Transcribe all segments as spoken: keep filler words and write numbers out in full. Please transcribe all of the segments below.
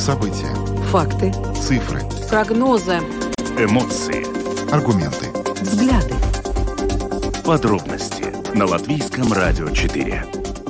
События. Факты. Цифры. Прогнозы. Эмоции. Аргументы. Взгляды. Подробности на Латвийском радио четыре.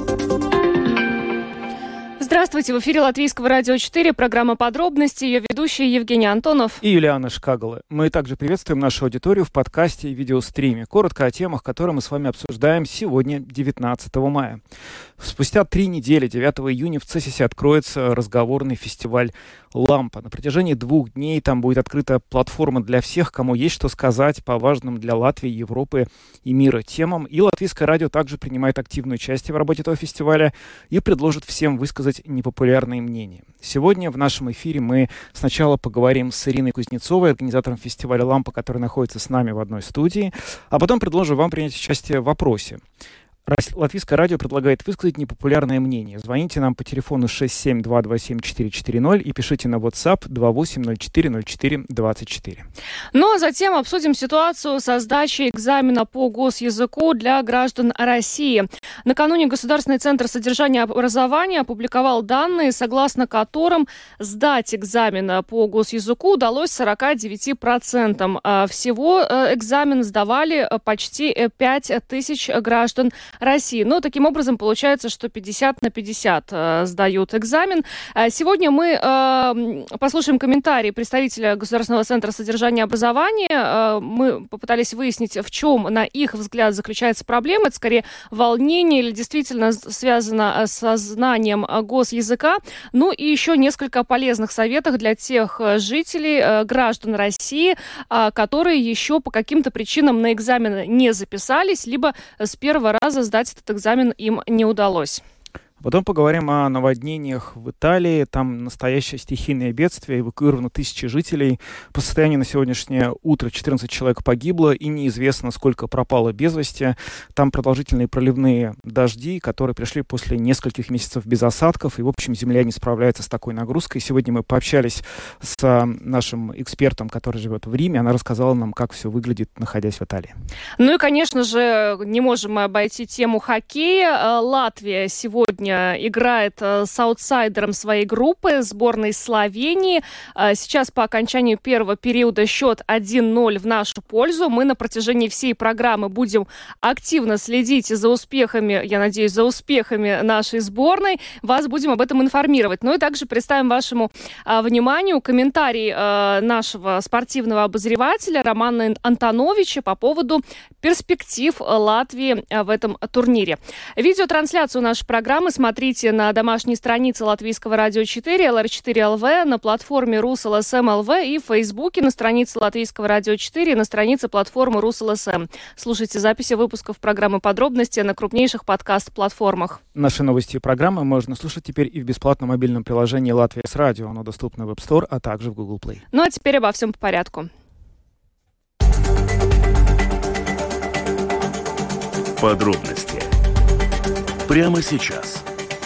Здравствуйте, в эфире Латвийского радио четыре, программа «Подробности», ее ведущие Евгений Антонов и Юлиана Шкагала. Мы также приветствуем нашу аудиторию в подкасте и видеостриме. Коротко о темах, которые мы с вами обсуждаем сегодня, девятнадцатого мая. Спустя три недели, девятого июня, в Цесисе откроется разговорный фестиваль «Лампа». На протяжении двух дней там будет открыта платформа для всех, кому есть что сказать по важным для Латвии, Европы и мира темам. И Латвийское радио также принимает активное участие в работе этого фестиваля и предложит всем высказать непопулярные мнения. Сегодня в нашем эфире мы сначала поговорим с Ириной Кузнецовой, организатором фестиваля «Лампа», который находится с нами в одной студии, а потом предложим вам принять участие в вопросе. Латвийское радио предлагает высказать непопулярное мнение. Звоните нам по телефону шесть семь два два семь четыре четыре ноль и пишите на WhatsApp два восемь ноль четыре ноль четыре двадцать четыре. Ну а затем обсудим ситуацию со сдачей экзамена по госязыку для граждан России. Накануне Государственный центр содержания образования опубликовал данные, согласно которым сдать экзамен по госязыку удалось сорок девять процентов. Всего экзамен сдавали почти пять тысяч граждан России. Но таким образом получается, что пятьдесят на пятьдесят э, сдают экзамен. А сегодня мы э, послушаем комментарии представителя Государственного центра содержания образования. Э, мы попытались выяснить, в чем, на их взгляд, заключается проблема. Это скорее волнение или действительно связано со знанием госязыка. Ну и еще несколько полезных советов для тех жителей, э, граждан России, э, которые еще по каким-то причинам на экзамен не записались, либо с первого раза сдать этот экзамен им не удалось. Потом поговорим о наводнениях в Италии. Там настоящее стихийное бедствие. Эвакуировано тысячи жителей. По состоянию на сегодняшнее утро четырнадцать человек погибло, и неизвестно, сколько пропало без вести. Там продолжительные проливные дожди, которые пришли после нескольких месяцев без осадков. И, в общем, земля не справляется с такой нагрузкой. Сегодня мы пообщались с нашим экспертом, который живет в Риме. Она рассказала нам, как все выглядит, находясь в Италии. Ну и, конечно же, не можем мы обойти тему хоккея. Латвия сегодня играет с аутсайдером своей группы, сборной Словении. Сейчас по окончанию первого периода счет один ноль в нашу пользу. Мы на протяжении всей программы будем активно следить за успехами, я надеюсь, за успехами нашей сборной. Вас будем об этом информировать. Ну и также представим вашему а, вниманию комментарий а, нашего спортивного обозревателя Романа Антоновича по поводу перспектив Латвии а, в этом турнире. Видеотрансляцию нашей программы смотрите на домашней странице Латвийского радио четыре, эл эр четыре эл ви, на платформе РусЛСМ эл ви и в Фейсбуке на странице Латвийского радио четыре и на странице платформы РусЛСМ. Слушайте записи выпусков программы «Подробности» на крупнейших подкаст-платформах. Наши новости и программы можно слушать теперь и в бесплатном мобильном приложении «Латвия с радио». Оно доступно в App Store, а также в Google Play. Ну а теперь обо всем по порядку. Подробности прямо сейчас.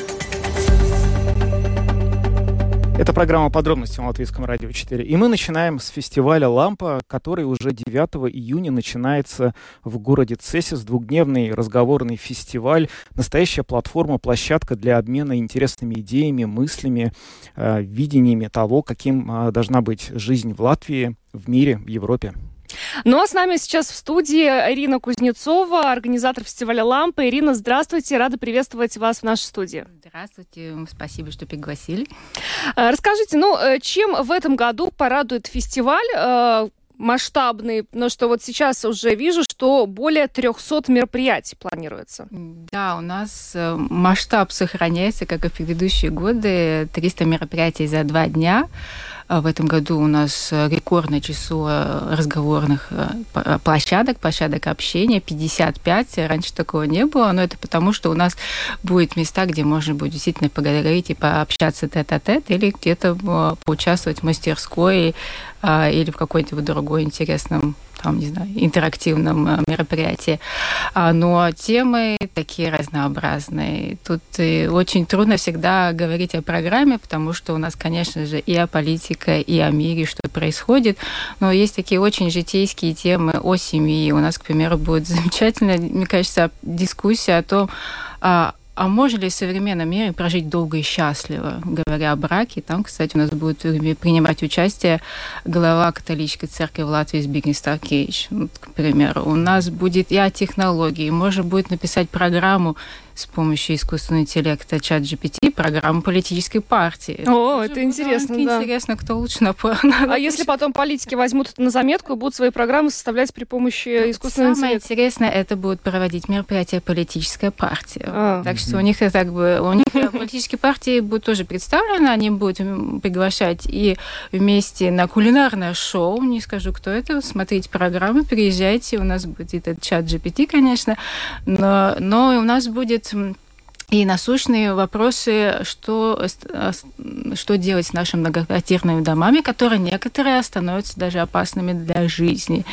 Это программа «Подробности» на Латвийском радио четыре. И мы начинаем с фестиваля «Лампа», который уже девятого июня начинается в городе Цесис. Двухдневный разговорный фестиваль. Настоящая платформа, площадка для обмена интересными идеями, мыслями, э, видениями того, каким э, должна быть жизнь в Латвии, в мире, в Европе. Ну а с нами сейчас в студии Ирина Кузнецова, организатор фестиваля «Лампа». Ирина, здравствуйте, рада приветствовать вас в нашей студии. Здравствуйте, спасибо, что пригласили. Расскажите, ну, чем в этом году порадует фестиваль масштабный, но что вот сейчас уже вижу, что более трехсот мероприятий планируется. Да, у нас масштаб сохраняется, как и в предыдущие годы, триста мероприятий за два дня. В этом году у нас рекордное число разговорных площадок, площадок общения, пятьдесят пять. Раньше такого не было, но это потому, что у нас будет места, где можно будет действительно поговорить и пообщаться тет-а-тет, или где-то поучаствовать в мастерской или в какой-то другой интересном, там, не знаю, интерактивном мероприятии. Но темы такие разнообразные. Тут очень трудно всегда говорить о программе, потому что у нас, конечно же, и о политике, и о мире, что происходит. Но есть такие очень житейские темы о семье. У нас, к примеру, будет замечательная, мне кажется, дискуссия о том, а можно ли в современном мире прожить долго и счастливо, говоря о браке. Там, кстати, у нас будет принимать участие глава католической церкви в Латвии Збигнев Старкевич, вот, к примеру. У нас будет и о технологии, можно будет написать программу с помощью искусственного интеллекта чат джи пи ти, программу политической партии. О, это, это интересно, да. Интересно, кто лучше на... А если потом политики возьмут это на заметку и будут свои программы составлять при помощи искусственного Самое интеллекта? Самое интересное, это будет проводить мероприятие политическая партия. А. Так что у них так бы, у них политические партии будут тоже представлены, они будут приглашать и вместе на кулинарное шоу, не скажу, кто это, смотрите программы, приезжайте, у нас будет этот чат джи пи ти, конечно, но, но у нас будет и насущные вопросы, что, что делать с нашими многоквартирными домами, которые некоторые становятся даже опасными для жизни.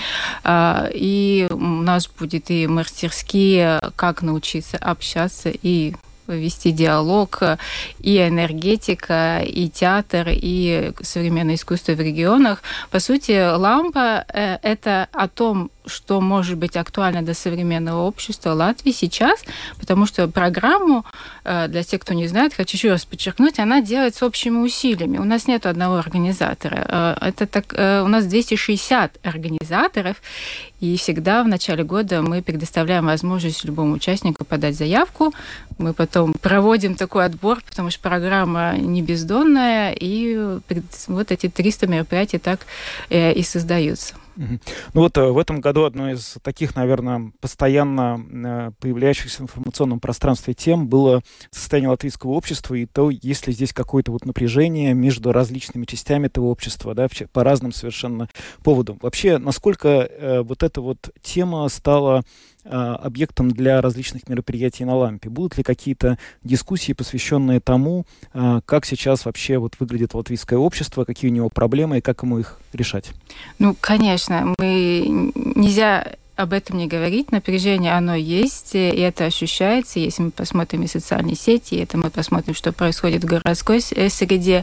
И у нас будет и мастерские, как научиться общаться и вести диалог, и энергетика, и театр, и современное искусство в регионах. По сути, лампа — это о том, что может быть актуально для современного общества Латвии сейчас, потому что программу, для тех, кто не знает, хочу еще раз подчеркнуть, она делается общими усилиями. У нас нет одного организатора. Это так, у нас двести шестьдесят организаторов, и всегда в начале года мы предоставляем возможность любому участнику подать заявку. Мы потом проводим такой отбор, потому что программа не бездонная, и вот эти триста мероприятий так и создаются. Ну вот в этом году одной из таких, наверное, постоянно появляющихся в информационном пространстве тем было состояние латвийского общества и то, есть ли здесь какое-то вот напряжение между различными частями этого общества, да, по разным совершенно поводам. Вообще, насколько э, вот эта вот тема стала э, объектом для различных мероприятий на лампе? Будут ли какие-то дискуссии, посвященные тому, э, как сейчас вообще вот выглядит латвийское общество, какие у него проблемы и как ему их решать? Ну, конечно, мы нельзя об этом не говорить. Напряжение, оно есть, и это ощущается. Если мы посмотрим и социальные сети, это мы посмотрим, что происходит в городской среде,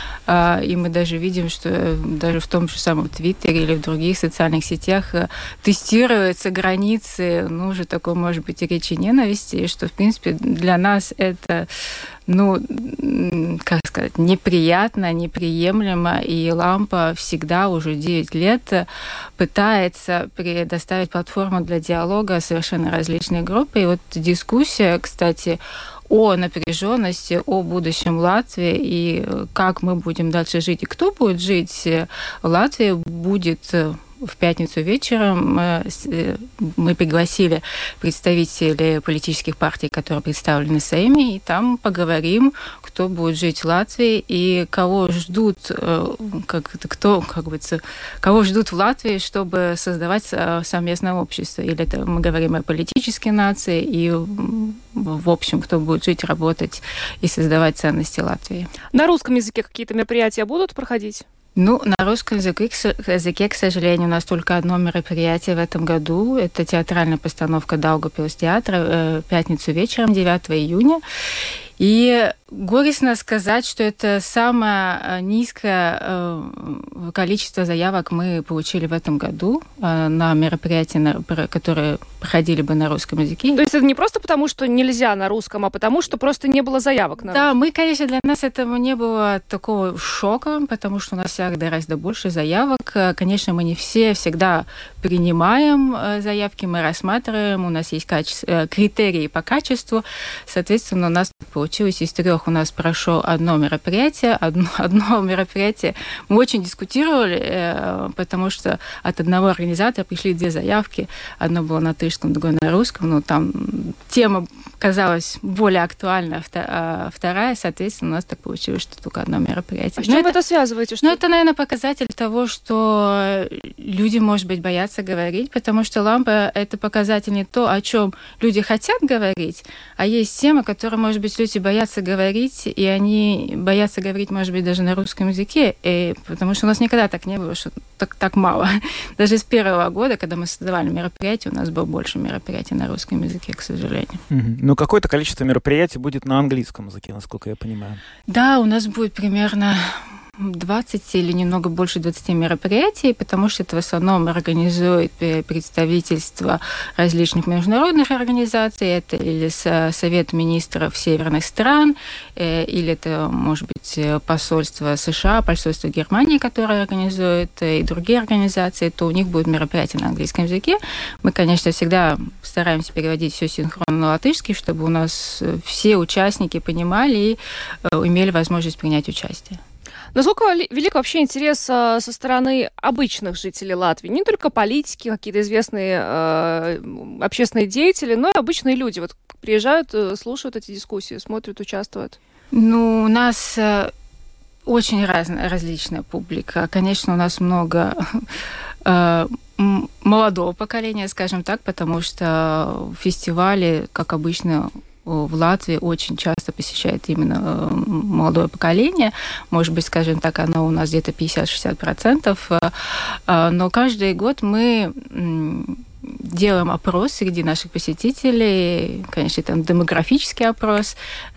и мы даже видим, что даже в том же самом Твиттере или в других социальных сетях тестируются границы, ну, уже такой, может быть, и речи ненависти, что, в принципе, для нас это, ну, как сказать, неприятно, неприемлемо, и лампа всегда уже девять лет пытается предоставить платформу для диалога совершенно различные группы. И вот дискуссия, кстати, о напряженности, о будущем Латвии и как мы будем дальше жить, и кто будет жить в Латвии, будет в пятницу вечером. Мы пригласили представителей политических партий, которые представлены в Сейме, и там поговорим, кто будет жить в Латвии и кого ждут, как, кто, как бы, кого ждут в Латвии, чтобы создавать совместное общество. Или это мы говорим о политической нации и, в общем, кто будет жить, работать и создавать ценности Латвии. На русском языке какие-то мероприятия будут проходить? Ну, на русском языке, языке, к сожалению, у нас только одно мероприятие в этом году. Это театральная постановка Даугавпилс театра в пятницу вечером, девятого июня. И горестно сказать, что это самое низкое количество заявок мы получили в этом году на мероприятия, которые проходили бы на русском языке. То есть это не просто потому, что нельзя на русском, а потому, что просто не было заявок на русском? Да, мы, конечно, для нас этого не было такого шока, потому что у нас всегда гораздо больше заявок. Конечно, мы не все всегда принимаем заявки, мы рассматриваем, у нас есть качество, критерии по качеству. Соответственно, у нас получилось из трех у нас прошло одно мероприятие. Одно, одно мероприятие мы очень дискутировали, потому что от одного организатора пришли две заявки. Одно было на тырском, другое на русском. Но там тема казалась более актуальна, а вторая, соответственно, у нас так получилось, что только одно мероприятие. А с чем но вы это, это связываете? Что... Ну, это, наверное, показатель того, что люди, может быть, боятся говорить, потому что лампа — это показатель не то, о чем люди хотят говорить, а есть темы, которые, может быть, люди боятся говорить, и они боятся говорить, может быть, даже на русском языке, и, потому что у нас никогда так не было, что так, так мало. Даже с первого года, когда мы создавали мероприятие, у нас было больше мероприятий на русском языке, к сожалению. Mm-hmm. Ну, какое-то количество мероприятий будет на английском языке, насколько я понимаю. Да, у нас будет примерно двадцать или немного больше двадцати мероприятий, потому что это в основном организует представительство различных международных организаций, это или Совет министров северных стран, или это, может быть, посольство США, посольство Германии, которое организует, и другие организации, то у них будет мероприятие на английском языке. Мы, конечно, всегда стараемся переводить все синхронно на латышский, чтобы у нас все участники понимали и имели возможность принять участие. Насколько велик вообще интерес со стороны обычных жителей Латвии? Не только политики, какие-то известные э, общественные деятели, но и обычные люди. Вот приезжают, слушают эти дискуссии, смотрят, участвуют. Ну, у нас э, очень разная, различная публика. Конечно, у нас много э, молодого поколения, скажем так, потому что фестивали, как обычно, в Латвии очень часто посещает именно молодое поколение. Может быть, скажем так, оно у нас где-то пятьдесят-шестьдесят процентов. Но каждый год мы делаем опрос среди наших посетителей, конечно, это демографический опрос,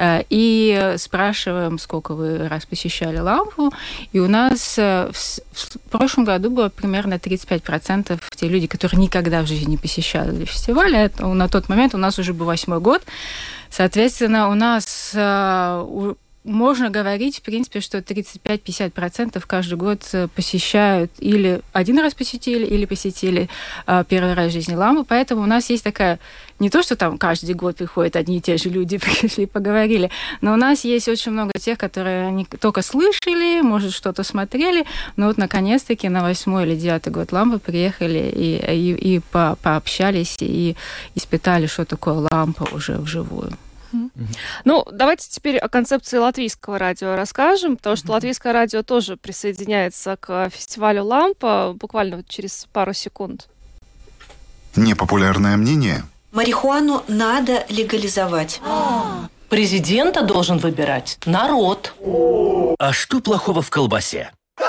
и спрашиваем, сколько вы раз посещали Лампу. И у нас в прошлом году было примерно тридцать пять процентов те люди, которые никогда в жизни не посещали фестиваль. Это на тот момент у нас уже был восьмой год. Соответственно, у нас можно говорить, в принципе, что тридцать пять-пятьдесят процентов каждый год посещают или один раз посетили, или посетили э, первый раз в жизни Лампу. Поэтому у нас есть такая... Не то, что там каждый год приходят одни и те же люди, пришли, поговорили, но у нас есть очень много тех, которые они только слышали, может, что-то смотрели, но вот наконец-таки на восьмой или девятый год Лампы приехали и, и, и по, пообщались, и испытали, что такое Лампа уже вживую. Mm-hmm. Ну, давайте теперь о концепции латвийского радио расскажем, потому что mm-hmm. латвийское радио тоже присоединяется к фестивалю «Лампа» буквально вот через пару секунд. Непопулярное мнение? Марихуану надо легализовать. Президента должен выбирать народ. А что плохого в колбасе?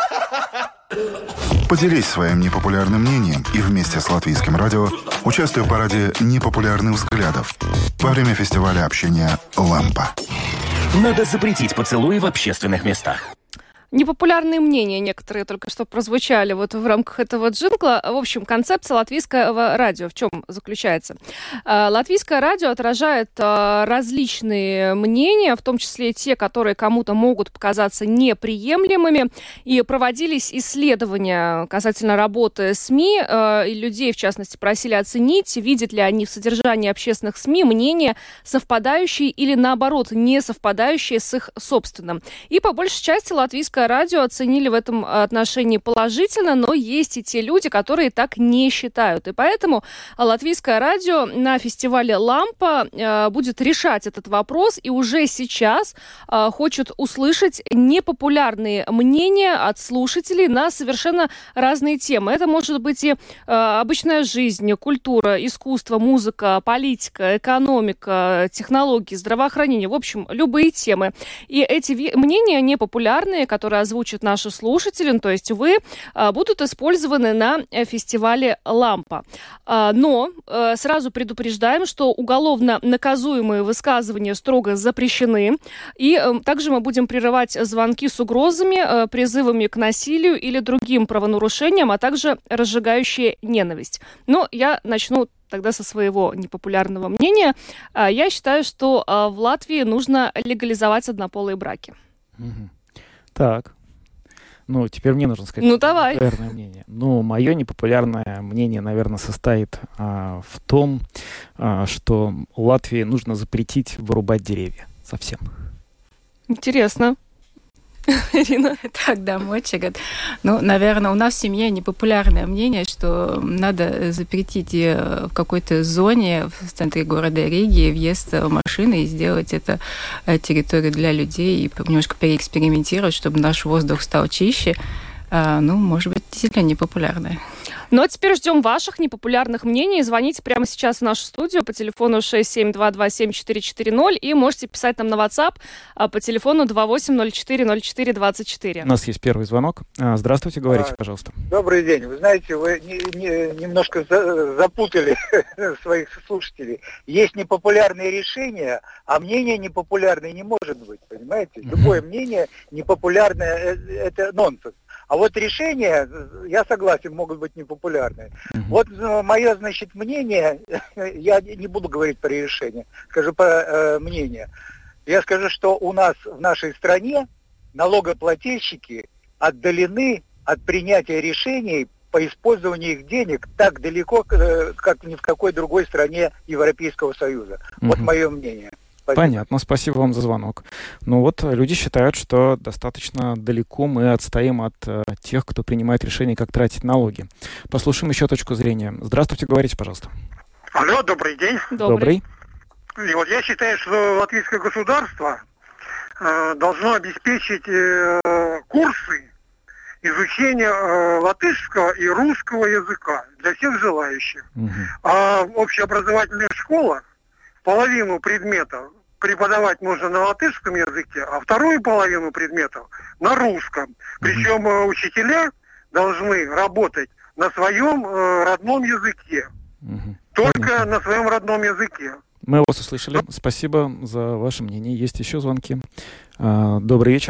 Поделись своим непопулярным мнением и вместе с Латвийским радио участвуй в параде непопулярных взглядов во время фестиваля общения «Лампа». Надо запретить поцелуи в общественных местах. Непопулярные мнения некоторые только что прозвучали вот в рамках этого джингла. В общем, концепция латвийского радио в чем заключается? Латвийское радио отражает различные мнения, в том числе те, которые кому-то могут показаться неприемлемыми. И проводились исследования касательно работы СМИ. И людей, в частности, просили оценить, видят ли они в содержании общественных СМИ мнения, совпадающие или, наоборот, не совпадающие с их собственным. И по большей части латвийское радио оценили в этом отношении положительно, но есть и те люди, которые так не считают. И поэтому латвийское радио на фестивале «Лампа» э, будет решать этот вопрос и уже сейчас э, хочет услышать непопулярные мнения от слушателей на совершенно разные темы. Это может быть и э, обычная жизнь, культура, искусство, музыка, политика, экономика, технологии, здравоохранение. В общем, любые темы. И эти ви- мнения непопулярные, которые озвучат наши слушатели, то есть вы, будут использованы на фестивале «Лампа». Но сразу предупреждаем, что уголовно наказуемые высказывания строго запрещены. И также мы будем прерывать звонки с угрозами, призывами к насилию или другим правонарушениям, а также разжигающие ненависть. Но я начну тогда со своего непопулярного мнения. Я считаю, что в Латвии нужно легализовать однополые браки. Угу. Так, ну, теперь мне нужно сказать. Ну, давай. Непопулярное мнение. Ну, мое непопулярное мнение, наверное, состоит а, в том, а, что Латвии нужно запретить вырубать деревья совсем. Интересно. Ирина? Так, да, мальчик. Ну, наверное, у нас в семье непопулярное мнение, что надо запретить в какой-то зоне в центре города Риги въезд машины и сделать это территорию для людей и немножко переэкспериментировать, чтобы наш воздух стал чище. Ну, может быть, действительно непопулярное. Ну а теперь ждем ваших непопулярных мнений. Звоните прямо сейчас в нашу студию по телефону шесть семь два два семь четыре четыре ноль и можете писать нам на WhatsApp по телефону два восемь ноль четыре ноль четыре двадцать четыре. У нас есть первый звонок. Здравствуйте, говорите, а, пожалуйста. Добрый день. Вы знаете, вы не, не, немножко за, запутали своих слушателей. Есть непопулярные решения, а мнение непопулярное не может быть, понимаете? Любое мнение непопулярное – это нонсенс. А вот решения, я согласен, могут быть непопулярные. Uh-huh. Вот мое, значит, мнение, я не буду говорить про решение, скажу про э, мнение. Я скажу, что у нас в нашей стране налогоплательщики отдалены от принятия решений по использованию их денег так далеко, как ни в какой другой стране Европейского Союза. Uh-huh. Вот мое мнение. Спасибо. Понятно, спасибо вам за звонок. Ну вот, люди считают, что достаточно далеко мы отстоим от э, тех, кто принимает решение, как тратить налоги. Послушаем еще точку зрения. Здравствуйте, говорите, пожалуйста. Алло, добрый день. Добрый. И вот я считаю, что латвийское государство э, должно обеспечить э, курсы изучения э, латышского и русского языка для всех желающих. Угу. А общеобразовательная школа половину предметов преподавать можно на латышском языке, а вторую половину предметов на русском. Причем mm-hmm. учителя должны работать на своем э, родном языке. Mm-hmm. Только Понятно. На своем родном языке. Мы вас услышали. Спасибо за ваше мнение. Есть еще звонки. А, добрый вечер.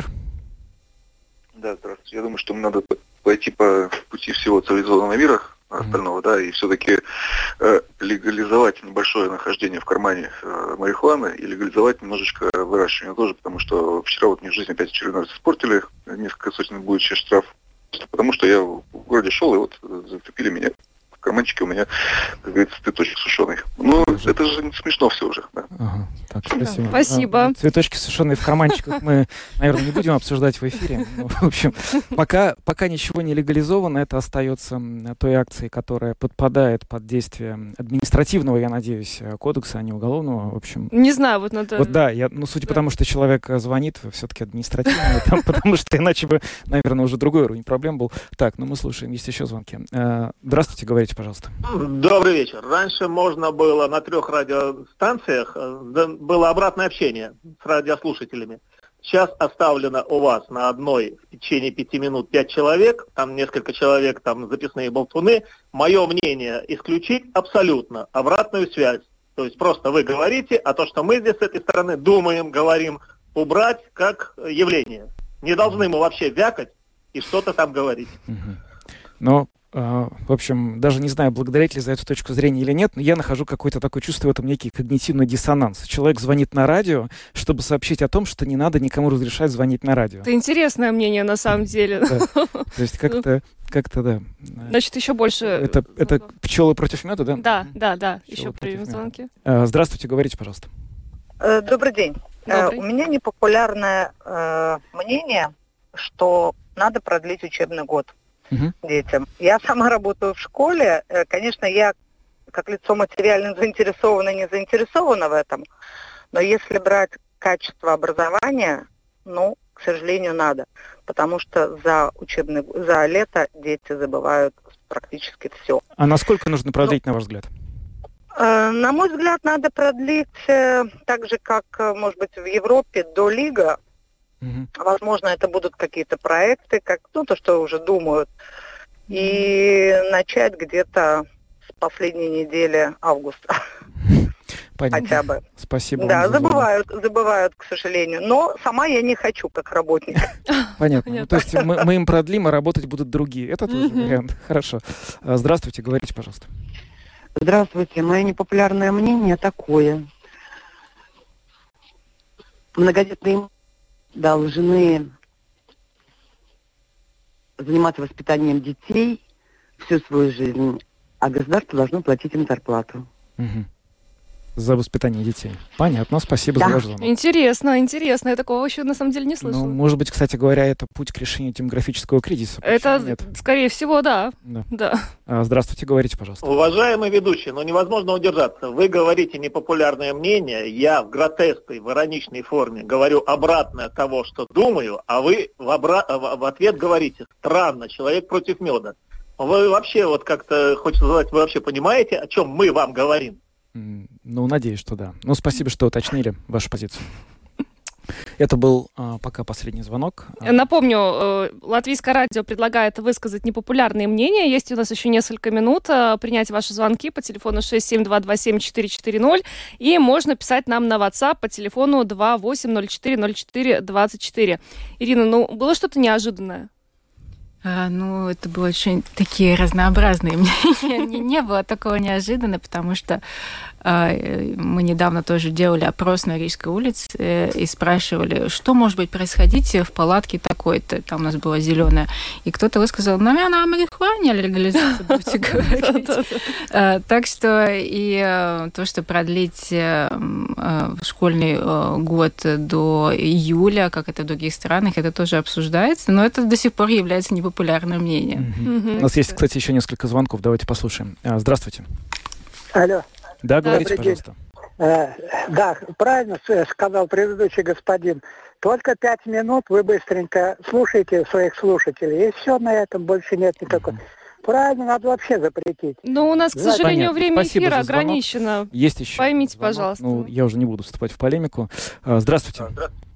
Да, здравствуйте. Я думаю, что надо пойти по пути всего цивилизованного мира, остального, да, и все-таки э, легализовать небольшое нахождение в кармане э, марихуаны и легализовать немножечко выращивание тоже, потому что вчера вот мне жизнь опять очередной раз испортили, несколько сотен будет сейчас штраф, просто потому что я в городе шел, и вот зацепили меня. В карманчике у меня, как говорится, цветочек сушеный. Ну, это же смешно все уже. Да. Ага, так, спасибо. Спасибо. А, цветочки сушеные в карманчиках мы, наверное, не будем обсуждать в эфире. Ну, в общем, пока, пока ничего не легализовано, это остается той акцией, которая подпадает под действие административного, я надеюсь, кодекса, а не уголовного. В общем. Не знаю, вот надо... Вот да, я, ну, судя да. по тому, что человек звонит, все-таки административно, там, потому что иначе бы, наверное, уже другой уровень проблем был. Так, ну мы слушаем, есть еще звонки. Здравствуйте, говорите, пожалуйста. Добрый вечер. Раньше можно было на трех радиостанциях, было обратное общение с радиослушателями. Сейчас оставлено у вас на одной в течение пяти минут пять человек, там несколько человек, там записные болтуны. Мое мнение исключить абсолютно обратную связь. То есть просто вы говорите, а то, что мы здесь с этой стороны думаем, говорим, убрать как явление. Не должны мы вообще вякать и что-то там говорить. Но в общем, даже не знаю, благодарить ли за эту точку зрения или нет, но я нахожу какое-то такое чувство в этом, некий когнитивный диссонанс. Человек звонит на радио, чтобы сообщить о том, что не надо никому разрешать звонить на радио. Это интересное мнение, на самом деле. То есть как-то, как-то, да. Значит, еще больше... Это, это пчелы против меда, да? Да, да, да. Еще примем звонки. Здравствуйте, говорите, пожалуйста. Добрый день. У меня непопулярное мнение, что надо продлить учебный год. Uh-huh. детям. Я сама работаю в школе. Конечно, я как лицо материально заинтересована и не заинтересована в этом. Но если брать качество образования, ну, к сожалению, надо. Потому что за учебный, за лето дети забывают практически все. А насколько нужно продлить, ну, на ваш взгляд? Э, на мой взгляд, надо продлить э, так же, как, может быть, в Европе до Лига. Uh-huh. Возможно, это будут какие-то проекты, как, ну, то, что уже думают. И начать где-то с последней недели августа. Понятно. Хотя бы. Спасибо. Да, забывают, забывают, к сожалению. Но сама я не хочу, как работник. Понятно. Ну, то есть мы, мы им продлим, а работать будут другие. Это тоже uh-huh. вариант. Хорошо. Здравствуйте, говорите, пожалуйста. Здравствуйте. Мое непопулярное мнение такое. Многодетные должны заниматься воспитанием детей всю свою жизнь, а государство должно платить им зарплату. Угу. За воспитание детей. Понятно, спасибо да. за ваш звонок. Интересно, интересно. Я такого еще на самом деле не слышала. Ну, может быть, кстати говоря, это путь к решению демографического кризиса. Это, нет? скорее всего, да. да. да. А, здравствуйте, говорите, пожалуйста. Уважаемый ведущий, ну невозможно удержаться. Вы говорите непопулярное мнение, я в гротескной, в ироничной форме говорю обратное от того, что думаю, а вы в, обра... в ответ говорите: странно, человек против меда. Вы вообще, вот как-то, хочется сказать, вы вообще понимаете, о чем мы вам говорим? Ну, надеюсь, что да. Ну, спасибо, что уточнили вашу позицию. Это был а, пока последний звонок. Напомню, э, Латвийское радио предлагает высказать непопулярные мнения. Есть у нас еще несколько минут э, принять ваши звонки по телефону шесть семь два два семь четыре четыре ноль. И можно писать нам на WhatsApp по телефону два восемь ноль четыре ноль четыре двадцать четыре. Ирина, ну, было что-то неожиданное? А, ну, это были очень такие разнообразные мнения. не, не было такого неожиданного, потому что а, мы недавно тоже делали опрос на Рижской улице э, и спрашивали, что может быть происходить в палатке такой-то. Там у нас была зеленая. И кто-то высказал, наверное, о марихуане легализацию будете говорить. Так что и то, что продлить школьный год до июля, как это в других странах, это тоже обсуждается, но это до сих пор является непопулярным. Популярное мнение. Mm-hmm. Mm-hmm. У нас есть, кстати, еще несколько звонков. Давайте послушаем. А, здравствуйте. Алло. Да, говорите, Добрый пожалуйста. Э, да, правильно сказал предыдущий господин. Только пять минут вы быстренько слушаете своих слушателей, и все на этом, больше нет никакой. Mm-hmm. Правильно, надо вообще запретить. Но у нас, к сожалению, Понятно. время Спасибо эфира за звонок. ограничено. Есть еще Поймите, звонок. пожалуйста. Ну, я уже не буду вступать в полемику. А, здравствуйте.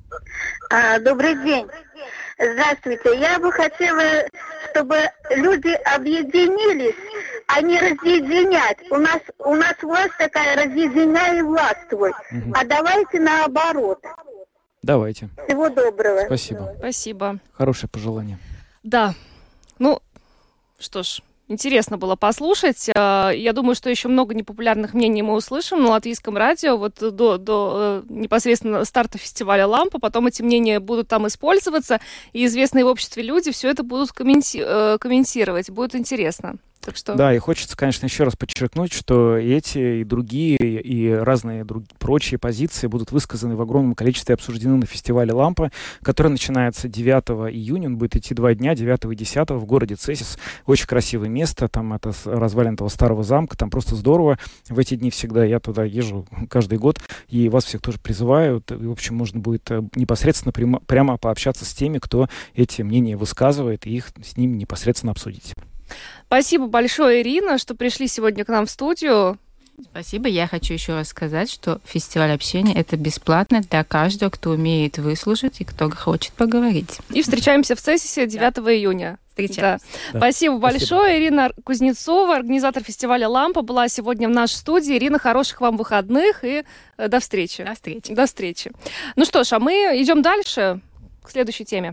А, добрый день. Здравствуйте. Я бы хотела, чтобы люди объединились, а не разъединять. У нас у нас власть такая, разъединяй и властвуй. Угу. А давайте наоборот. Давайте. Всего доброго. Спасибо. Спасибо. Хорошее пожелание. Да. Ну, что ж. Интересно было послушать. Я думаю, что еще много непопулярных мнений мы услышим на Латвийском радио вот до, до непосредственно старта фестиваля «Лампа». Потом эти мнения будут там использоваться, и известные в обществе люди все это будут комменти- комментировать. Будет интересно. Так что... Да, и хочется, конечно, еще раз подчеркнуть, что эти и другие, и разные друг... прочие позиции будут высказаны в огромном количестве, обсуждены на фестивале «Лампа», который начинается девятого июня, он будет идти два дня, девятого и десятого в городе Цесис. Очень красивое место, там это развалин этого старого замка, там просто здорово. В эти дни всегда я туда езжу каждый год, и вас всех тоже призываю. И, в общем, можно будет непосредственно прямо, прямо пообщаться с теми, кто эти мнения высказывает, и их с ними непосредственно обсудить. Спасибо большое, Ирина, что пришли сегодня к нам в студию. Спасибо. Я хочу еще раз сказать, что фестиваль общения – это бесплатно для каждого, кто умеет выслушать и кто хочет поговорить. И встречаемся в Цесисе девятого июня. Встречаемся. Да. Да. Спасибо большое. Спасибо. Ирина Кузнецова, организатор фестиваля «Лампа», была сегодня в нашей студии. Ирина, хороших вам выходных и до встречи. До встречи. До встречи. Ну что ж, а мы идем дальше к следующей теме.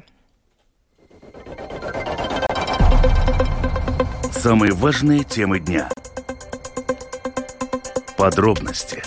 Самые важные темы дня. Подробности.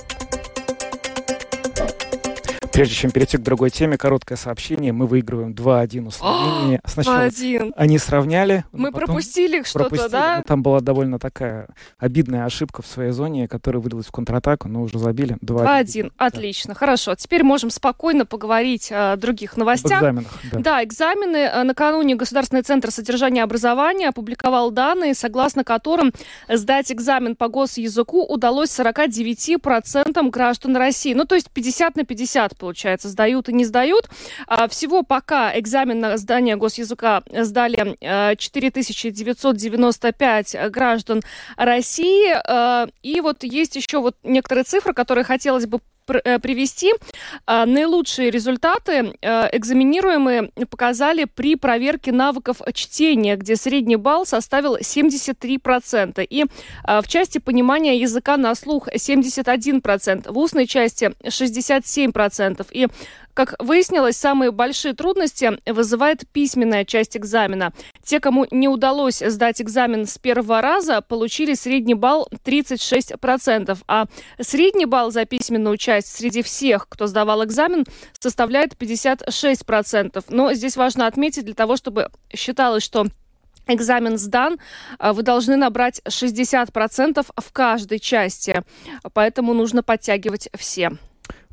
Прежде чем перейти к другой теме, короткое сообщение. Мы выигрываем два один у Словении. Сначала два один. Они сравняли. Мы пропустили что-то, пропустили. да? Ну, там была довольно такая обидная ошибка в своей зоне, которая вылилась в контратаку, но уже забили. два один. Отлично. Да. Хорошо. Теперь можем спокойно поговорить о других новостях. Об экзаменах. Да. да, экзамены. Накануне Государственный центр содержания и образования опубликовал данные, согласно которым сдать экзамен по госязыку удалось сорок девять процентов граждан России. Ну, то есть пятьдесят на пятьдесят. Получается, сдают и не сдают. Всего пока экзамен на сдание госязыка сдали четыре тысячи девятьсот девяносто пять граждан России. И вот есть еще вот некоторые цифры, которые хотелось бы привести. Наилучшие результаты экзаменируемые показали при проверке навыков чтения, где средний балл составил семьдесят три процента. И в части понимания языка на слух семьдесят один процент, в устной части шестьдесят семь процентов. И как выяснилось, самые большие трудности вызывает письменная часть экзамена. Те, кому не удалось сдать экзамен с первого раза, получили средний балл тридцать шесть процентов, а средний балл за письменную часть среди всех, кто сдавал экзамен, составляет пятьдесят шесть процентов. Но здесь важно отметить, для того, чтобы считалось, что экзамен сдан, вы должны набрать шестьдесят процентов в каждой части, поэтому нужно подтягивать все.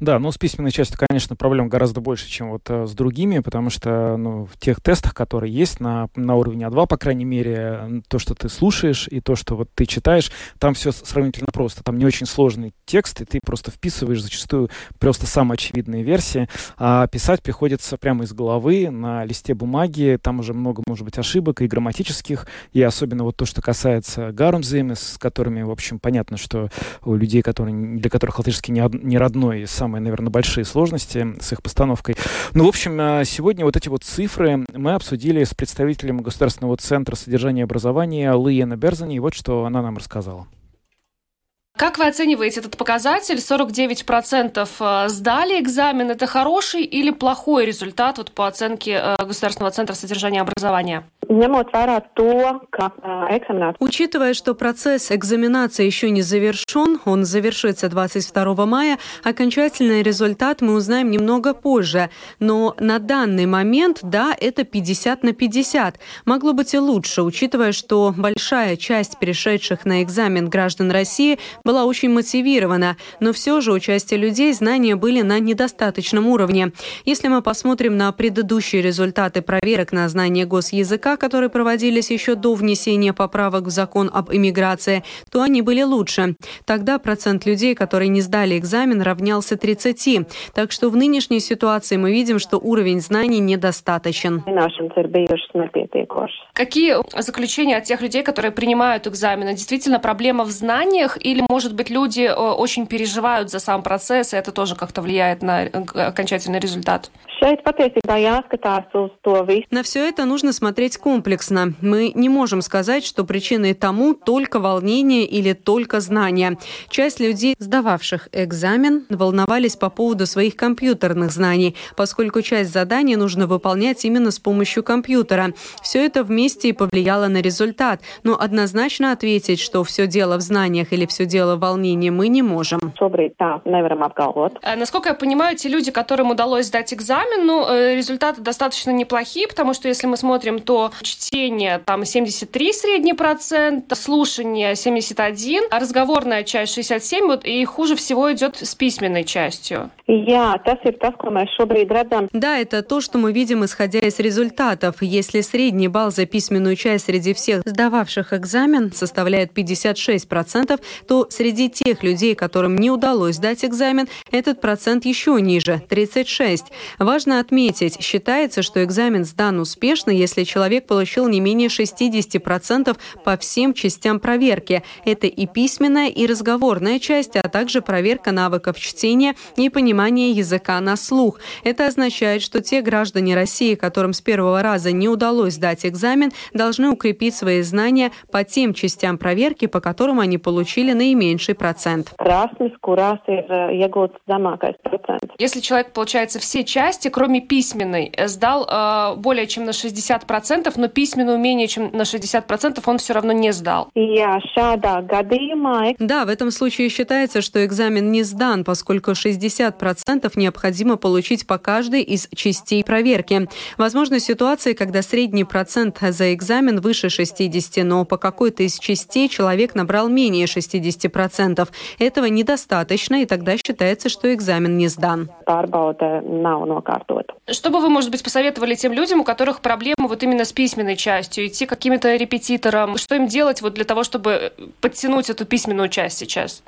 Да, ну с письменной частью, конечно, проблем гораздо больше, чем вот э, с другими, потому что ну, в тех тестах, которые есть на, на уровне а два, по крайней мере, то, что ты слушаешь и то, что вот ты читаешь, там все сравнительно просто. Там не очень сложный текст, и ты просто вписываешь зачастую просто самые очевидные версии, а писать приходится прямо из головы на листе бумаги. Там уже много, может быть, ошибок и грамматических, и особенно вот то, что касается гарумзеймы, с которыми, в общем, понятно, что у людей, которые, для которых латышский не, не родной, самые, наверное, большие сложности с их постановкой. Ну, в общем, сегодня вот эти вот цифры мы обсудили с представителем Государственного центра содержания и образования Лиена Берзани, и вот что она нам рассказала. Как вы оцениваете этот показатель? сорок девять процентов сдали экзамен. Это хороший или плохой результат вот, по оценке Государственного центра содержания и образования? Учитывая, что процесс экзаменации еще не завершен, он завершится двадцать второго мая, окончательный результат мы узнаем немного позже. Но на данный момент, да, это пятьдесят на пятьдесят. Могло быть и лучше, учитывая, что большая часть пришедших на экзамен граждан России была очень мотивирована, но все же у части людей знания были на недостаточном уровне. Если мы посмотрим на предыдущие результаты проверок на знание госязыка, которые проводились еще до внесения поправок в закон об иммиграции, то они были лучше. Тогда процент людей, которые не сдали экзамен, равнялся тридцати. Так что в нынешней ситуации мы видим, что уровень знаний недостаточен. Какие заключения от тех людей, которые принимают экзамены? Действительно проблема в знаниях или, может быть, люди очень переживают за сам процесс, и это тоже как-то влияет на окончательный результат? На все это нужно смотреть комплексно. Мы не можем сказать, что причиной тому только волнение или только знания. Часть людей, сдававших экзамен, волновались по поводу своих компьютерных знаний, поскольку часть заданий нужно выполнять именно с помощью компьютера. Все это вместе и повлияло на результат. Но однозначно ответить, что все дело в знаниях или все дело в волнении, мы не можем. Насколько я понимаю, те люди, которым удалось сдать экзамен, ну, результаты достаточно неплохие, потому что если мы смотрим, то чтение там семьдесят три средний процент, слушание семьдесят один, а разговорная часть шестьдесят семь, вот, и хуже всего идет с письменной частью. Да, это то, что мы видим, исходя из результатов. Если средний балл за письменную часть среди всех сдававших экзамен составляет пятьдесят шесть процентов, то среди тех людей, которым не удалось сдать экзамен, этот процент еще ниже – тридцать шесть. Важно отметить, считается, что экзамен сдан успешно, если человек получил не менее шестьдесят процентов по всем частям проверки. Это и письменная, и разговорная часть, а также проверка навыков чтения и понимания языка на слух. Это означает, что те граждане России, которым с первого раза не удалось сдать экзамен, должны укрепить свои знания по тем частям проверки, по которым они получили наименьший процент. Если человек, получается, все части, кроме письменной, сдал э, более чем на шестьдесят процентов, но письменную менее чем на шестьдесят процентов он все равно не сдал. Да, в этом случае считается, что экзамен не сдан, поскольку шестьдесят процентов необходимо получить по каждой из частей проверки. Возможны ситуации, когда средний процент за экзамен выше шестидесяти, но по какой-то из частей человек набрал менее шестидесяти процентов. Этого недостаточно, и тогда считается, что экзамен не сдан. Что бы вы, может быть, посоветовали тем людям, у которых проблемы вот именно с письменной частью, идти к каким-то репетиторам? Что им делать вот для того, чтобы подтянуть эту письменную часть сейчас?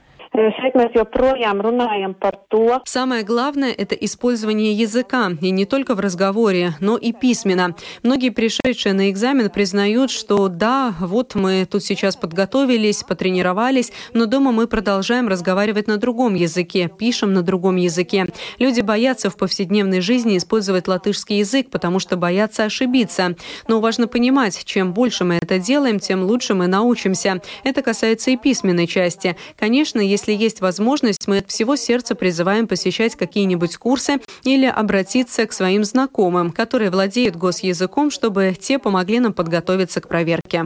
Самое главное – это использование языка, и не только в разговоре, но и письменно. Многие пришедшие на экзамен признают, что да, вот мы тут сейчас подготовились, потренировались, но дома мы продолжаем разговаривать на другом языке, пишем на другом языке. Люди боятся в повседневной жизни использовать латышский язык, потому что боятся ошибиться. Но важно понимать, чем больше мы это делаем, тем лучше мы научимся. Это касается и письменной части. Конечно, если Если есть возможность, мы от всего сердца призываем посещать какие-нибудь курсы или обратиться к своим знакомым, которые владеют госязыком, чтобы те помогли нам подготовиться к проверке.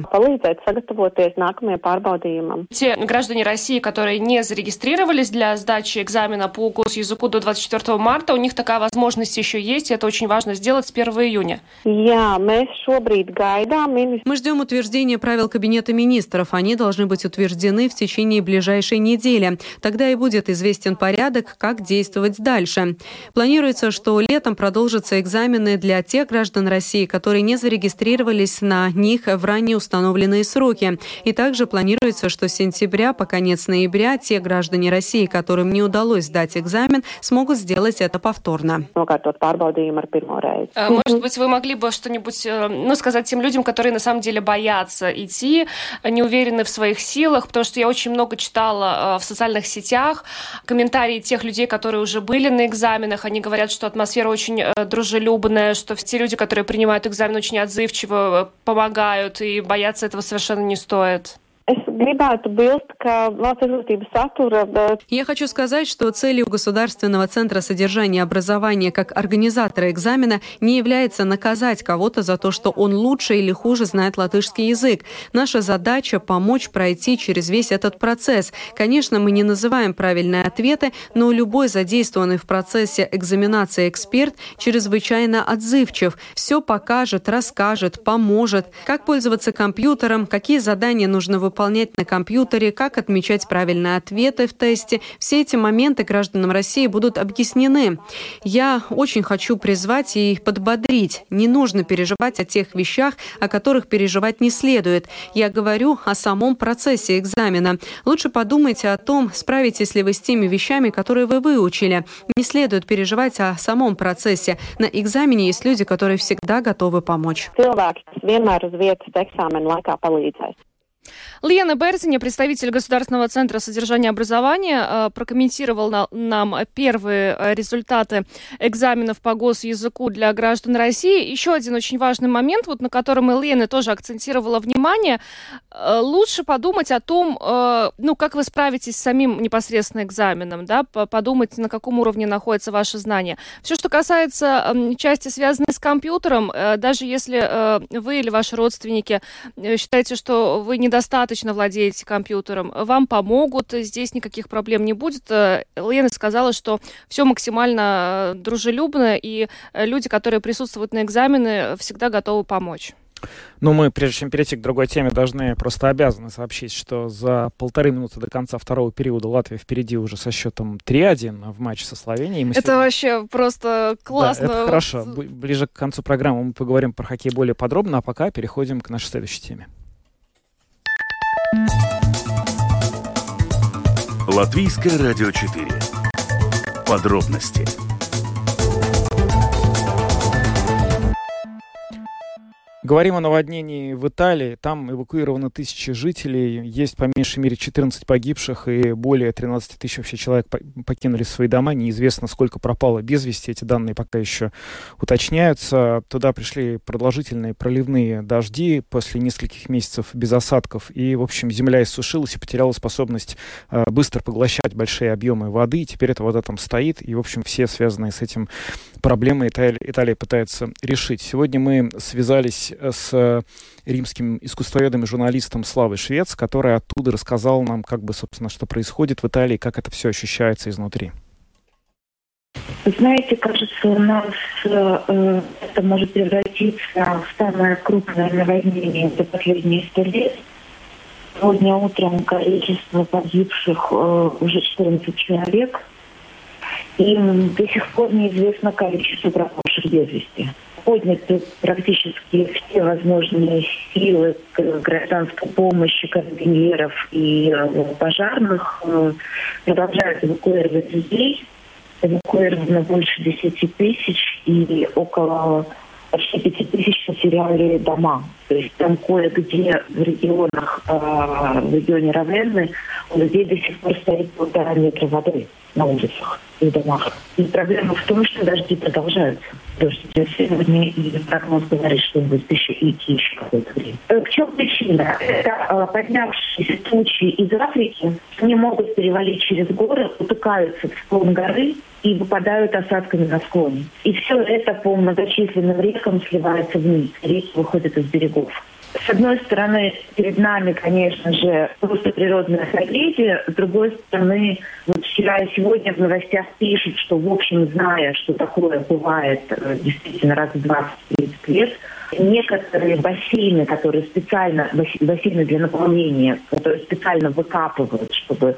Те граждане России, которые не зарегистрировались для сдачи экзамена по госязыку до двадцать четвёртого марта, у них такая возможность еще есть, и это очень важно сделать с первого июня. Мы ждем утверждения правил Кабинета министров. Они должны быть утверждены в течение ближайшей недели. апреля. Тогда и будет известен порядок, как действовать дальше. Планируется, что летом продолжатся экзамены для тех граждан России, которые не зарегистрировались на них в ранее установленные сроки. И также планируется, что с сентября по конец ноября те граждане России, которым не удалось сдать экзамен, смогут сделать это повторно. Может быть, вы могли бы что-нибудь, ну, сказать тем людям, которые на самом деле боятся идти, не уверены в своих силах, потому что я очень много читала в социальных сетях комментарии тех людей, которые уже были на экзаменах. Они говорят, что атмосфера очень дружелюбная, что все люди, которые принимают экзамен, очень отзывчиво помогают, и бояться этого совершенно не стоит. Я хочу сказать, что целью Государственного центра содержания образования как организатора экзамена не является наказать кого-то за то, что он лучше или хуже знает латышский язык. Наша задача – помочь пройти через весь этот процесс. Конечно, мы не называем правильные ответы, но любой задействованный в процессе экзаменации эксперт чрезвычайно отзывчив. Все покажет, расскажет, поможет, как пользоваться компьютером, какие задания нужно выполнять выполнять на компьютере, как отмечать правильные ответы в тесте. Все эти моменты гражданам России будут объяснены. Я очень хочу призвать и подбодрить. Не нужно переживать о тех вещах, о которых переживать не следует. Я говорю о самом процессе экзамена. Лучше подумайте о том, справитесь ли вы с теми вещами, которые вы выучили. Не следует переживать о самом процессе. На экзамене есть люди, которые всегда готовы помочь. Лена Берзиня, представитель Государственного центра содержания образования, прокомментировал нам первые результаты экзаменов по госязыку для граждан России. Еще один очень важный момент, вот на котором и Лена тоже акцентировала внимание. Лучше подумать о том, ну, как вы справитесь с самим непосредственно экзаменом, да, подумать, на каком уровне находятся ваши знания. Все, что касается части, связанной с компьютером, даже если вы или ваши родственники считаете, что вы недостаточно владеете компьютером, вам помогут, здесь никаких проблем не будет. Лена сказала, что все максимально дружелюбно, и люди, которые присутствуют на экзамены, всегда готовы помочь. Ну, мы, прежде чем перейти к другой теме, должны, просто обязаны сообщить, что за полторы минуты до конца второго периода Латвия впереди уже со счетом три один в матче со Словенией. Мы это сегодня... вообще просто классно. Да, это хорошо. Ближе к концу программы мы поговорим про хоккей более подробно, а пока переходим к нашей следующей теме. Латвийское радио четыре. Подробности. Говорим о наводнении в Италии. Там эвакуированы тысячи жителей. Есть по меньшей мере четырнадцать погибших и более тринадцать тысяч вообще человек покинули свои дома. Неизвестно, сколько пропало без вести. Эти данные пока еще уточняются. Туда пришли продолжительные проливные дожди после нескольких месяцев без осадков. И, в общем, земля иссушилась и потеряла способность э, быстро поглощать большие объемы воды. Теперь эта вода там стоит. И, в общем, все связанные с этим проблемы Италия, Италия пытается решить. Сегодня мы связались с римским искусствоведом и журналистом Славой Швец, который оттуда рассказал нам, как бы, собственно, что происходит в Италии, как это все ощущается изнутри. Знаете, кажется, у нас э, это может превратиться в самое крупное наводнение за последние сто лет. Сегодня утром количество погибших э, уже четырнадцать человек, и до сих пор неизвестно количество пропавших без вести. Подняты практически все возможные силы гражданской помощи, карабинеров и пожарных. Продолжают эвакуировать людей. Эвакуировано больше десяти тысяч, и около почти пяти тысяч потеряли дома. То есть там кое-где в регионах, в регионе Равенны, у людей до сих пор стоит полтора метра воды на улицах и домах. И проблема в том, что дожди продолжаются. Дождь идет сегодня, и прогноз говорит, что он будет еще идти еще какое-то время. В чем причина? Это поднявшиеся тучи из Африки, они могут перевалить через горы, утыкаются в склон горы и выпадают осадками на склоне. И все это по многочисленным рекам сливается вниз. Реки выходят из берегов. С одной стороны, перед нами, конечно же, просто природная трагедия. С другой стороны, вот вчера и сегодня в новостях пишут, что, в общем, зная, что такое бывает действительно раз в двадцать-тридцать лет, некоторые бассейны, которые специально, бассейны для наполнения, которые специально выкапывают, чтобы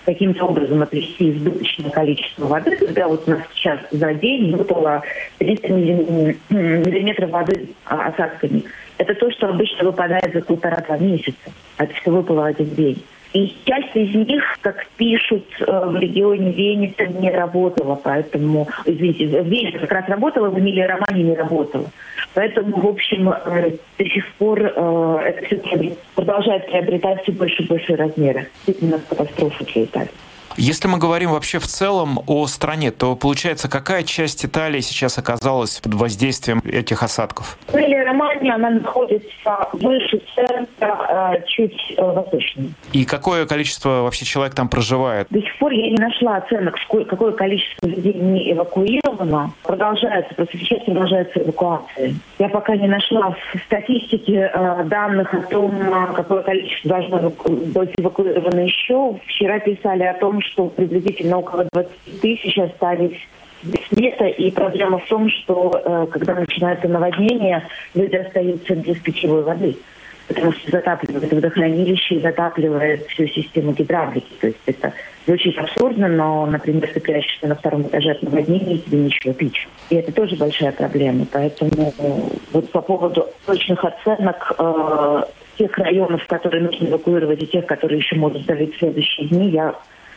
каким-то образом отвести избыточное количество воды, когда вот у нас сейчас за день выпало триста миллиметров воды осадками. Это то, что обычно выпадает за полтора-два месяца. Это все выпало в один день. И часть из них, как пишут в регионе Венеса, не работала, поэтому, извините, Венеса как раз работала, в Эмилии-Романье не работала. Поэтому, в общем, до сих пор это все продолжает приобретать все больше и больше размеры. Действительно, катастрофа для Италии. Если мы говорим вообще в целом о стране, то получается, какая часть Италии сейчас оказалась под воздействием этих осадков? Эмилия-Романья, она находится выше центра, чуть восточнее. И какое количество вообще человек там проживает? До сих пор я не нашла оценок, какое количество людей не эвакуировано. Продолжается, просто сейчас продолжается эвакуация. Я пока не нашла в статистике данных о том, какое количество должно быть эвакуировано еще. Вчера писали о том, что приблизительно около двадцать тысяч остались без света. И проблема в том, что э, когда начинается наводнение, люди остаются без питьевой воды. Потому что затапливает водохранилище и затапливает всю систему гидравлики. То есть это звучит абсурдно, но, например, ты прячешься на втором этаже от наводнения, и тебе нечего пить. И это тоже большая проблема. Поэтому э, вот по поводу точных оценок э, тех районов, которые нужно эвакуировать, и тех, которые еще могут давить в следующие дни, я,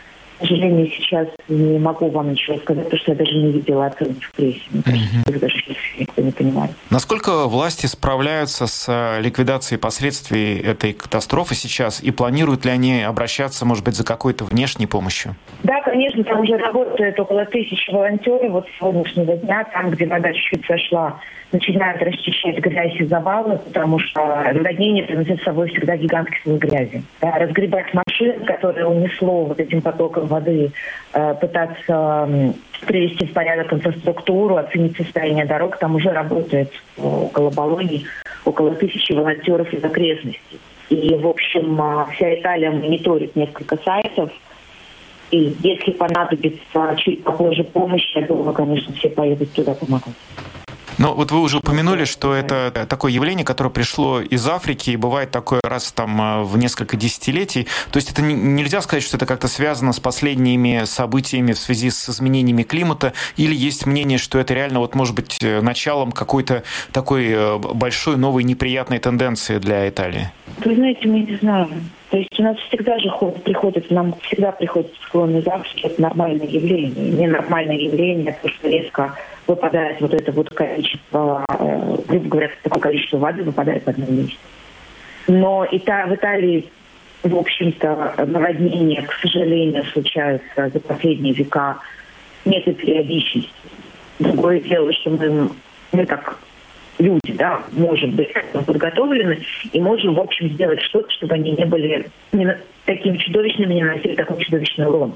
к сожалению, сейчас не могу вам ничего сказать, потому что я даже не видела оценки в прессе. Мне кажется, их даже никто не понимает. Насколько власти справляются с ликвидацией последствий этой катастрофы сейчас? И планируют ли они обращаться, может быть, за какой-то внешней помощью? Да, конечно, там уже работает около тысячи волонтеров. Вот с сегодняшнего дня, там, где вода чуть-чуть сошла, начинают расчищать грязь и завалы, потому что наводнение приносит с собой всегда гигантский слой грязи. Да, разгребать машины, которые унесло вот этим потоком воды, э, пытаться э, привести в порядок инфраструктуру, оценить состояние дорог. Там уже работает э, около Болоньи около тысячи волонтеров из окрестностей. И, в общем, э, вся Италия мониторит несколько сайтов. И если понадобится чуть попозже помощь, я думаю, конечно, все поедут туда помогать. Но вот вы уже упомянули, что это такое явление, которое пришло из Африки, и бывает такое раз там в несколько десятилетий. То есть это не, нельзя сказать, что это как-то связано с последними событиями в связи с изменениями климата, или есть мнение, что это реально вот может быть началом какой-то такой большой новой неприятной тенденции для Италии? Вы знаете, мы не знаем. То есть у нас всегда же приходит, нам всегда приходит склон из Африки, это нормальное явление. Ненормальное явление, то, что резко выпадает вот это вот количество, э, грубо говоря, такое количество воды выпадает в одном месте. Но и та, в Италии, в общем-то, наводнения, к сожалению, случаются за последние века с некой периодичностью. Другое дело, что мы, мы так, люди, да, можем быть подготовлены и можем, в общем, сделать что-то, чтобы они не были не такими чудовищными, не наносили такой чудовищный урон.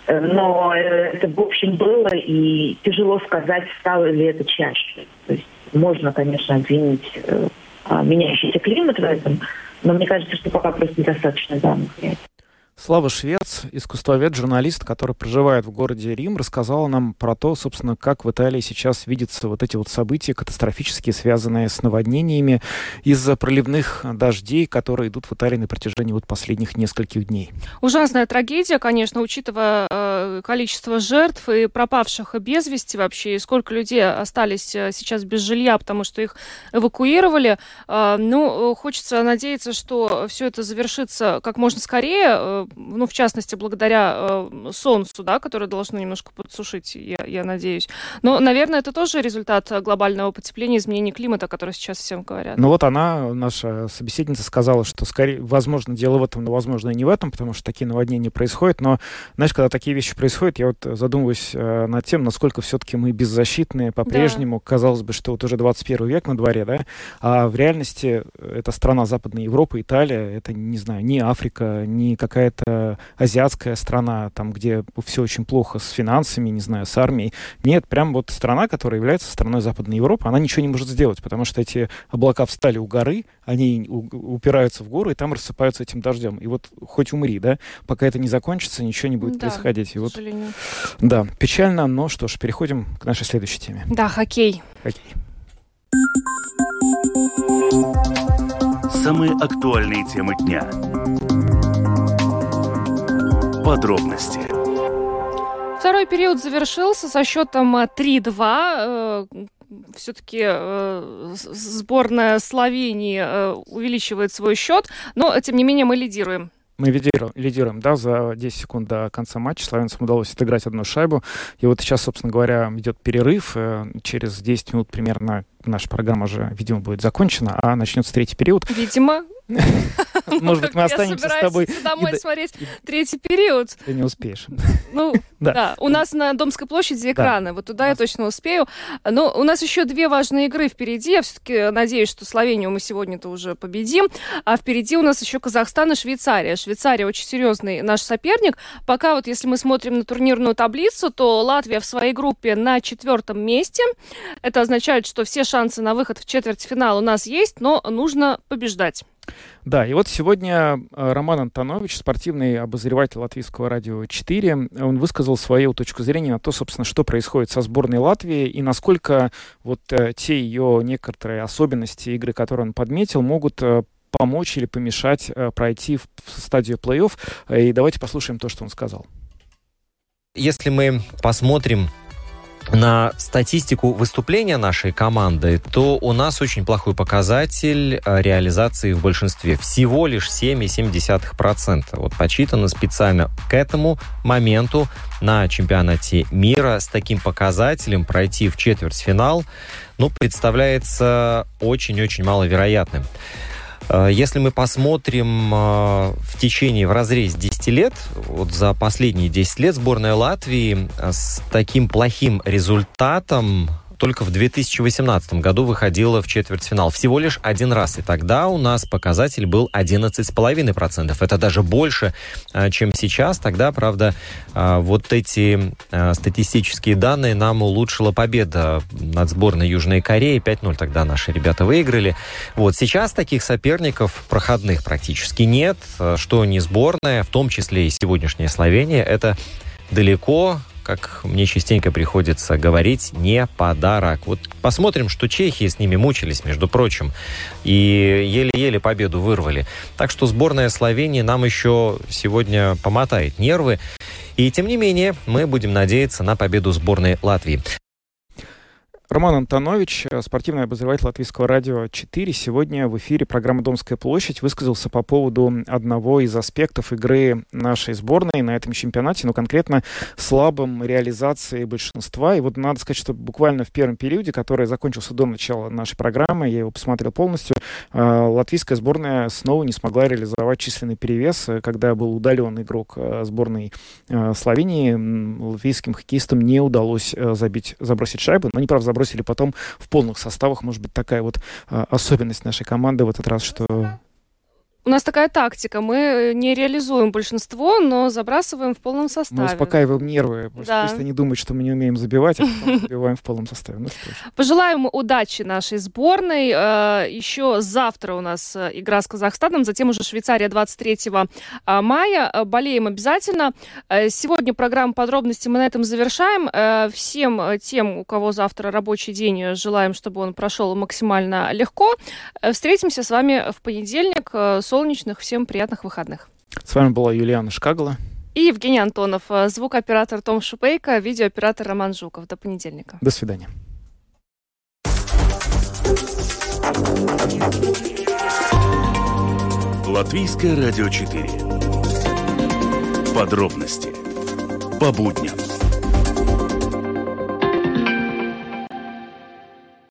Но это, в общем, было, и тяжело сказать, стало ли это чаще. То есть можно, конечно, обвинить э, меняющийся климат в этом, но мне кажется, что пока просто недостаточно данных. Слава Швец, искусствовед, журналист, который проживает в городе Рим, рассказала нам про то, собственно, как в Италии сейчас видятся вот эти вот события катастрофические, связанные с наводнениями из-за проливных дождей, которые идут в Италии на протяжении вот последних нескольких дней. Ужасная трагедия, конечно, учитывая э, количество жертв и пропавших без вести вообще, и сколько людей остались сейчас без жилья, потому что их эвакуировали. Э, ну, хочется надеяться, что все это завершится как можно скорее, ну, в частности, благодаря э, солнцу, да, которое должно немножко подсушить, я, я надеюсь. Но, наверное, это тоже результат глобального потепления, изменения климата, о котором сейчас всем говорят. Ну вот она, наша собеседница, сказала, что, скорее, возможно, дело в этом, но, возможно, и не в этом, потому что такие наводнения происходят. Но, знаешь, когда такие вещи происходят, я вот задумываюсь э, над тем, насколько все-таки мы беззащитные по-прежнему. Да. Казалось бы, что вот уже двадцать первый век на дворе, да, а в реальности это страна Западной Европы, Италия, это, не знаю, ни Африка, ни какая-то это азиатская страна, там, где все очень плохо с финансами, не знаю, с армией. Нет, прям вот страна, которая является страной Западной Европы, она ничего не может сделать, потому что эти облака встали у горы, они упираются в гору, и там рассыпаются этим дождем. И вот хоть умри, да, пока это не закончится, ничего не будет да, происходить. И к вот, сожалению. Да, печально, но что ж, переходим к нашей следующей теме. Да, хоккей. Хоккей. Самые актуальные темы дня. Подробности. Второй период завершился со счетом три-два. Все-таки э, сборная Словении э, увеличивает свой счет, но, тем не менее, мы лидируем. Мы лидируем, лидируем, да, за десять секунд до конца матча. Словенцам удалось отыграть одну шайбу. И вот сейчас, собственно говоря, идет перерыв. Через десять минут примерно наша программа уже, видимо, будет закончена, а начнется третий период. Видимо. Может быть, мы останемся с тобой домой смотреть третий период. Ты не успеешь. Ну, да. У нас на Домской площади экраны. Вот туда я точно успею. Но у нас еще две важные игры впереди. Я все-таки надеюсь, что Словению мы сегодня-то уже победим. А впереди у нас еще Казахстан и Швейцария. Швейцария очень серьезный наш соперник. Пока вот если мы смотрим на турнирную таблицу, то Латвия в своей группе на четвертом месте. Это означает, что все шансы на выход в четвертьфинал у нас есть, но нужно побеждать. Да, и вот сегодня Роман Антонович, спортивный обозреватель Латвийского радио четыре, он высказал свою точку зрения на то, собственно, что происходит со сборной Латвии и насколько вот э, те ее некоторые особенности игры, которые он подметил, могут э, помочь или помешать э, пройти в, в стадию плей-офф. И давайте послушаем то, что он сказал. Если мы посмотрим на статистику выступления нашей команды, то у нас очень плохой показатель реализации в большинстве. Всего лишь семь целых семь десятых процента. Вот подсчитано специально к этому моменту на чемпионате мира с таким показателем пройти в четвертьфинал, ну, представляется очень-очень маловероятным. Если мы посмотрим в течение, в разрезе десять лет, вот за последние десять лет сборная Латвии с таким плохим результатом только в две тысячи восемнадцатом году выходила в четвертьфинал. Всего лишь один раз. И тогда у нас показатель был одиннадцать целых пять десятых процента. Это даже больше, чем сейчас. Тогда, правда, вот эти статистические данные нам улучшила победа над сборной Южной Кореи. пять ноль тогда наши ребята выиграли. Вот сейчас таких соперников проходных практически нет. Что не сборная, в том числе и сегодняшняя Словения, это далеко, как мне частенько приходится говорить, не подарок. Вот посмотрим, что чехи с ними мучились, между прочим, и еле-еле победу вырвали. Так что сборная Словении нам еще сегодня помотает нервы. И тем не менее, мы будем надеяться на победу сборной Латвии. Роман Антонович, спортивный обозреватель Латвийского радио четыре, сегодня в эфире программы «Домская площадь» высказался по поводу одного из аспектов игры нашей сборной на этом чемпионате, но конкретно слабым реализации большинства. И вот надо сказать, что буквально в первом периоде, который закончился до начала нашей программы, я его посмотрел полностью, латвийская сборная снова не смогла реализовать численный перевес, когда был удален игрок сборной Словении. Латвийским хоккеистам не удалось забить, забросить шайбу, но они, правда, бросили потом в полных составах. Может быть, такая вот а, особенность нашей команды в этот раз, что... У нас такая тактика. Мы не реализуем большинство, но забрасываем в полном составе. Мы успокаиваем нервы. Да. Пусть они думают, что мы не умеем забивать, а потом забиваем в полном составе. Ну, что ж. Пожелаем удачи нашей сборной. Еще завтра у нас игра с Казахстаном, затем уже Швейцария двадцать третьего мая. Болеем обязательно. Сегодня программу «Подробности» мы на этом завершаем. Всем тем, у кого завтра рабочий день, желаем, чтобы он прошел максимально легко. Встретимся с вами в понедельник. Солнечных. Всем приятных выходных. С вами была Юлиана Шкагала. И Евгений Антонов. Звукооператор Том Шупейко, видеооператор Роман Жуков. До понедельника. До свидания. Латвийское радио четыре. Подробности по будням.